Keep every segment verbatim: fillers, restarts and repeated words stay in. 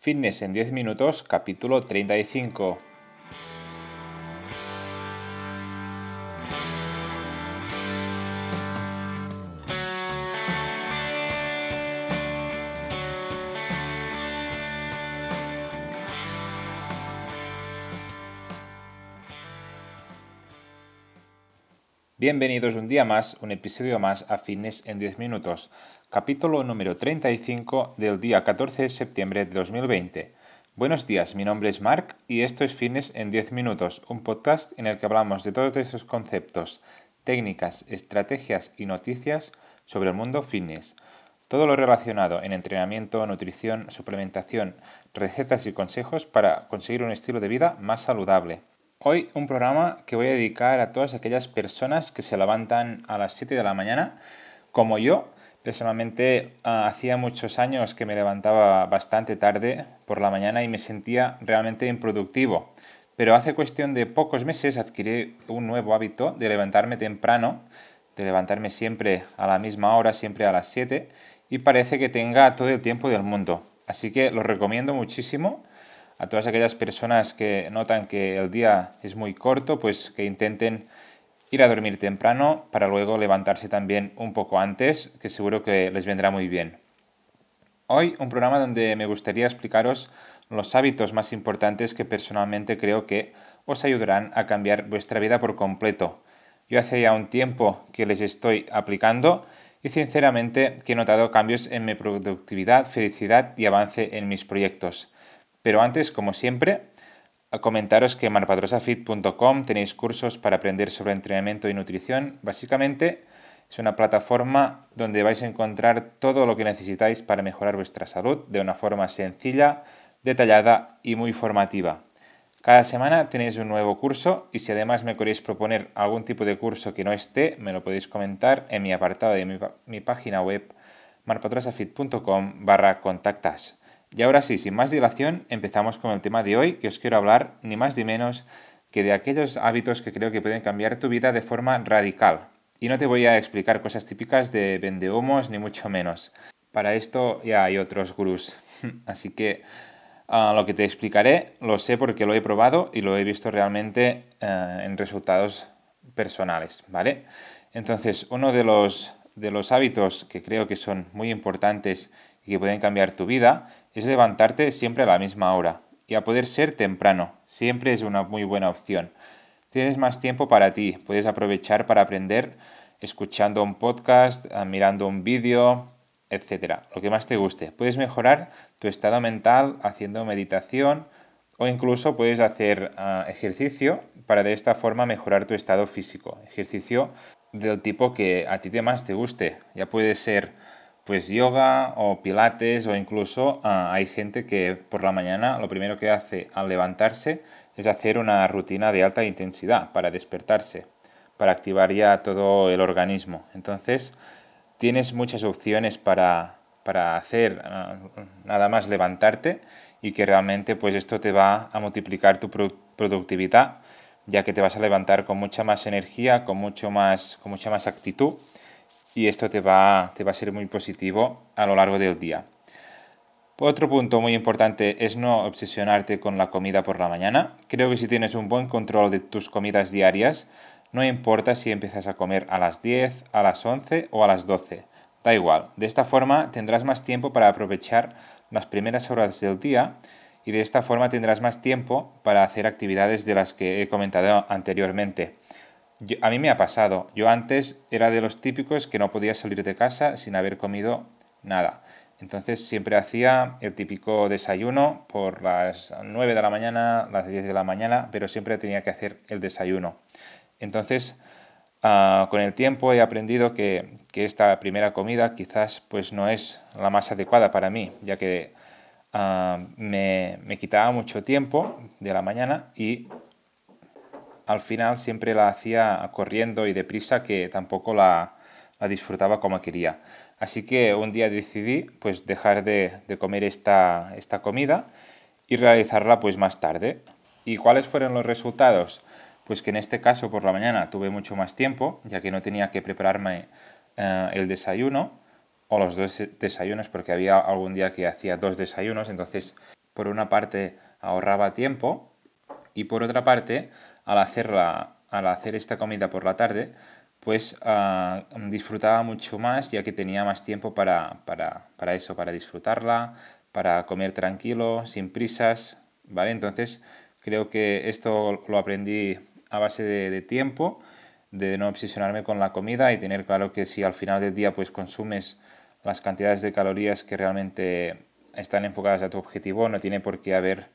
Fitness en diez minutos, capítulo treinta y cinco. Bienvenidos un día más, un episodio más a Fitness en diez minutos, capítulo número treinta y cinco del día catorce de septiembre de dos mil veinte. Buenos días, mi nombre es Marc y esto es Fitness en diez minutos, un podcast en el que hablamos de todos estos conceptos, técnicas, estrategias y noticias sobre el mundo fitness. Todo lo relacionado en entrenamiento, nutrición, suplementación, recetas y consejos para conseguir un estilo de vida más saludable. Hoy un programa que voy a dedicar a todas aquellas personas que se levantan a las siete de la mañana, como yo. Personalmente uh, hacía muchos años que me levantaba bastante tarde por la mañana y me sentía realmente improductivo. Pero hace cuestión de pocos meses adquirí un nuevo hábito de levantarme temprano, de levantarme siempre a la misma hora, siempre a las siete, y parece que tenga todo el tiempo del mundo. Así que lo recomiendo muchísimo a todas aquellas personas que notan que el día es muy corto, pues que intenten ir a dormir temprano para luego levantarse también un poco antes, que seguro que les vendrá muy bien. Hoy un programa donde me gustaría explicaros los hábitos más importantes que personalmente creo que os ayudarán a cambiar vuestra vida por completo. Yo hace ya un tiempo que les estoy aplicando y sinceramente que he notado cambios en mi productividad, felicidad y avance en mis proyectos. Pero antes, como siempre, a comentaros que en marpadrosafit punto com tenéis cursos para aprender sobre entrenamiento y nutrición. Básicamente es una plataforma donde vais a encontrar todo lo que necesitáis para mejorar vuestra salud de una forma sencilla, detallada y muy formativa. Cada semana tenéis un nuevo curso y si además me queréis proponer algún tipo de curso que no esté, me lo podéis comentar en mi apartado de mi, mi página web marpadrosafit punto com barra contactas. Y ahora sí, sin más dilación, empezamos con el tema de hoy, que os quiero hablar ni más ni menos que de aquellos hábitos que creo que pueden cambiar tu vida de forma radical. Y no te voy a explicar cosas típicas de vendehumos, ni mucho menos. Para esto ya hay otros gurús. Así que uh, lo que te explicaré lo sé porque lo he probado y lo he visto realmente uh, en resultados personales, ¿vale? Entonces, uno de los, de los hábitos que creo que son muy importantes y que pueden cambiar tu vida es levantarte siempre a la misma hora y a poder ser temprano. Siempre es una muy buena opción. Tienes más tiempo para ti, puedes aprovechar para aprender escuchando un podcast, mirando un vídeo, etcétera. Lo que más te guste. Puedes mejorar tu estado mental haciendo meditación o incluso puedes hacer uh, ejercicio para de esta forma mejorar tu estado físico. Ejercicio del tipo que a ti te más te guste. Ya puede ser pues yoga o pilates o incluso uh, hay gente que por la mañana lo primero que hace al levantarse es hacer una rutina de alta intensidad para despertarse, para activar ya todo el organismo. Entonces tienes muchas opciones para, para hacer uh, nada más levantarte y que realmente pues esto te va a multiplicar tu pro- productividad, ya que te vas a levantar con mucha más energía, con, mucho más, con mucha más actitud. Y esto te va, te va a ser muy positivo a lo largo del día. Otro punto muy importante es no obsesionarte con la comida por la mañana. Creo que si tienes un buen control de tus comidas diarias, no importa si empiezas a comer a las diez, a las once o a las doce. Da igual. De esta forma tendrás más tiempo para aprovechar las primeras horas del día y de esta forma tendrás más tiempo para hacer actividades de las que he comentado anteriormente. Yo, a mí me ha pasado. Yo antes era de los típicos que no podía salir de casa sin haber comido nada. Entonces siempre hacía el típico desayuno por las nueve de la mañana, las diez de la mañana, pero siempre tenía que hacer el desayuno. Entonces, uh, con el tiempo he aprendido que, que esta primera comida quizás pues no es la más adecuada para mí, ya que uh, me, me quitaba mucho tiempo de la mañana y al final siempre la hacía corriendo y deprisa, que tampoco la, la disfrutaba como quería. Así que un día decidí pues dejar de, de comer esta, esta comida y realizarla pues más tarde. ¿Y cuáles fueron los resultados? Pues que en este caso por la mañana tuve mucho más tiempo, ya que no tenía que prepararme eh, el desayuno o los dos desayunos, porque había algún día que hacía dos desayunos, entonces por una parte ahorraba tiempo y por otra parte, al hacerla, al hacer esta comida por la tarde, pues uh, disfrutaba mucho más ya que tenía más tiempo para, para, para eso, para disfrutarla, para comer tranquilo, sin prisas, ¿vale? Entonces creo que esto lo aprendí a base de, de tiempo, de no obsesionarme con la comida y tener claro que si al final del día pues consumes las cantidades de calorías que realmente están enfocadas a tu objetivo, no tiene por qué haber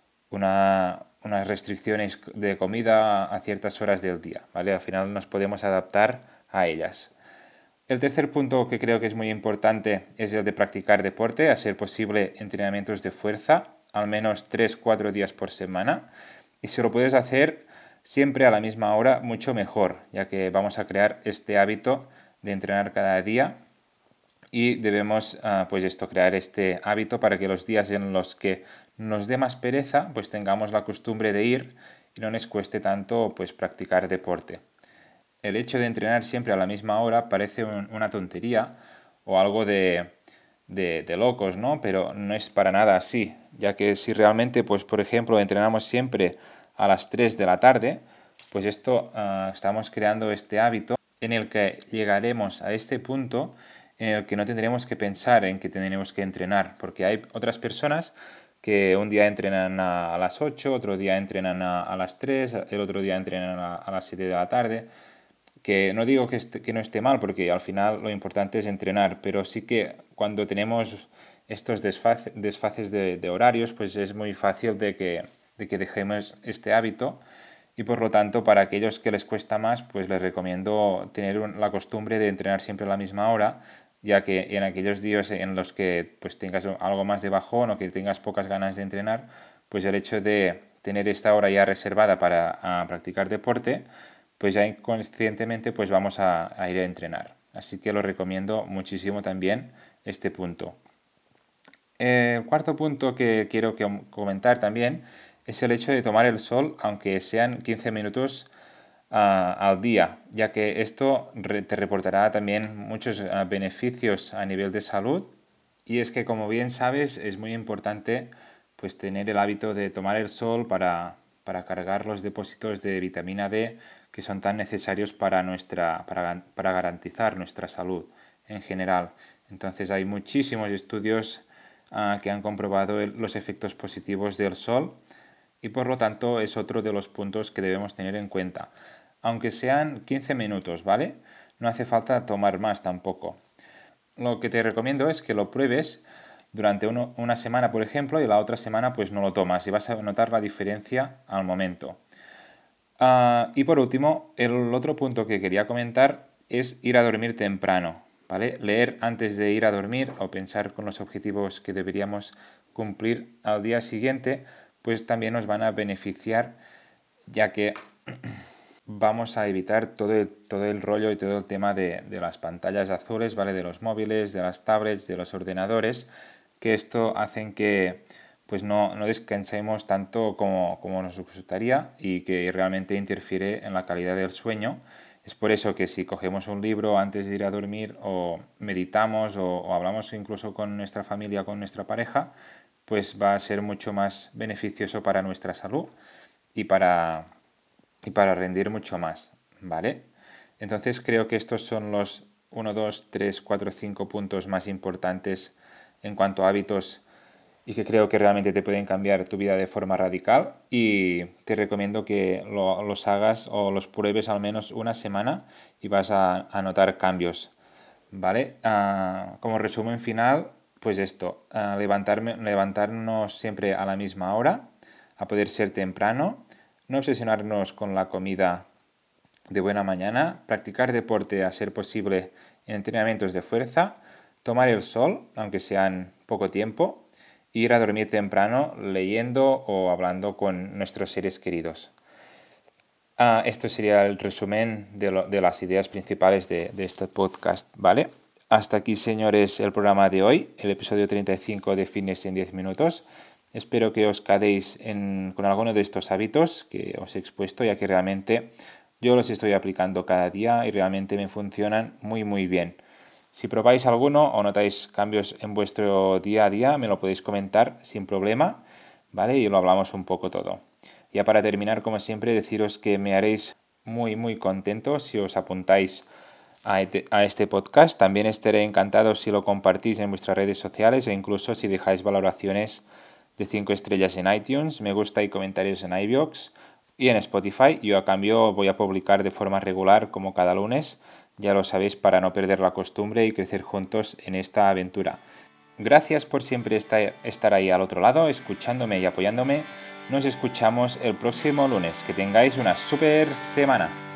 una, unas restricciones de comida a ciertas horas del día, ¿vale? Al final nos podemos adaptar a ellas. El tercer punto que creo que es muy importante es el de practicar deporte, a ser posible entrenamientos de fuerza, al menos tres cuatro días por semana. Y si lo puedes hacer siempre a la misma hora, mucho mejor, ya que vamos a crear este hábito de entrenar cada día y debemos uh, pues esto, crear este hábito para que los días en los que nos dé más pereza, pues tengamos la costumbre de ir y no nos cueste tanto pues practicar deporte. El hecho de entrenar siempre a la misma hora parece un, una tontería o algo de, de, de locos, ¿no? Pero no es para nada así, ya que si realmente, pues por ejemplo, entrenamos siempre a las tres de la tarde, pues esto uh, estamos creando este hábito en el que llegaremos a este punto en el que no tendremos que pensar en que tenemos que entrenar, porque hay otras personas que un día entrenan a, a las ocho, otro día entrenan a, a las tres, el otro día entrenan a, a las siete de la tarde, que no digo que, este, que no esté mal, porque al final lo importante es entrenar, pero sí que cuando tenemos estos desface, desfaces de, de horarios, pues es muy fácil de que, de que dejemos este hábito y por lo tanto para aquellos que les cuesta más, pues les recomiendo tener un, la costumbre de entrenar siempre a la misma hora, ya que en aquellos días en los que pues tengas algo más de bajón o que tengas pocas ganas de entrenar, pues el hecho de tener esta hora ya reservada para a practicar deporte, pues ya inconscientemente pues vamos a, a ir a entrenar. Así que lo recomiendo muchísimo también este punto. El cuarto punto que quiero que comentar también es el hecho de tomar el sol, aunque sean quince minutos uh, al día, ya que esto re te reportará también muchos uh, beneficios a nivel de salud. Y es que, como bien sabes, es muy importante pues tener el hábito de tomar el sol para, para cargar los depósitos de vitamina D que son tan necesarios para, nuestra, para, para garantizar nuestra salud en general. Entonces hay muchísimos estudios uh, que han comprobado el, los efectos positivos del sol y por lo tanto es otro de los puntos que debemos tener en cuenta. Aunque sean quince minutos, ¿vale? No hace falta tomar más tampoco. Lo que te recomiendo es que lo pruebes durante uno, una semana, por ejemplo, y la otra semana pues no lo tomas y vas a notar la diferencia al momento. Uh, y por último, el otro punto que quería comentar es ir a dormir temprano, ¿vale? Leer antes de ir a dormir o pensar con los objetivos que deberíamos cumplir al día siguiente, pues también nos van a beneficiar, ya que vamos a evitar todo el, todo el rollo y todo el tema de, de las pantallas azules, ¿vale? De los móviles, de las tablets, de los ordenadores, que esto hacen que pues no, no descansemos tanto como, como nos gustaría y que realmente interfiere en la calidad del sueño. Es por eso que si cogemos un libro antes de ir a dormir o meditamos o, o hablamos incluso con nuestra familia, con nuestra pareja, pues va a ser mucho más beneficioso para nuestra salud y para, y para rendir mucho más, ¿vale? Entonces creo que estos son los uno, dos, tres, cuatro, cinco puntos más importantes en cuanto a hábitos y que creo que realmente te pueden cambiar tu vida de forma radical y te recomiendo que lo, los hagas o los pruebes al menos una semana y vas a, a notar cambios, ¿vale? Uh, como resumen final, pues esto, uh, levantarme, levantarnos siempre a la misma hora, a poder ser temprano, no obsesionarnos con la comida de buena mañana, practicar deporte a ser posible en entrenamientos de fuerza, tomar el sol, aunque sean poco tiempo, ir a dormir temprano leyendo o hablando con nuestros seres queridos. Uh, esto sería el resumen de, lo, de las ideas principales de, de este podcast, ¿vale? Hasta aquí, señores, el programa de hoy, el episodio treinta y cinco de Fitness en diez minutos. Espero que os quedéis en, con alguno de estos hábitos que os he expuesto, ya que realmente yo los estoy aplicando cada día y realmente me funcionan muy, muy bien. Si probáis alguno o notáis cambios en vuestro día a día, me lo podéis comentar sin problema ¿vale? Y lo hablamos un poco todo. Ya para terminar, como siempre, deciros que me haréis muy, muy contento si os apuntáis a este podcast. También estaré encantado si lo compartís en vuestras redes sociales e incluso si dejáis valoraciones de cinco estrellas en iTunes, me gusta y comentarios en iVoox y en Spotify. Yo a cambio voy a publicar de forma regular como cada lunes, ya lo sabéis, para no perder la costumbre y crecer juntos en esta aventura. Gracias por siempre estar ahí al otro lado, escuchándome y apoyándome. Nos escuchamos el próximo lunes. Que tengáis una super semana.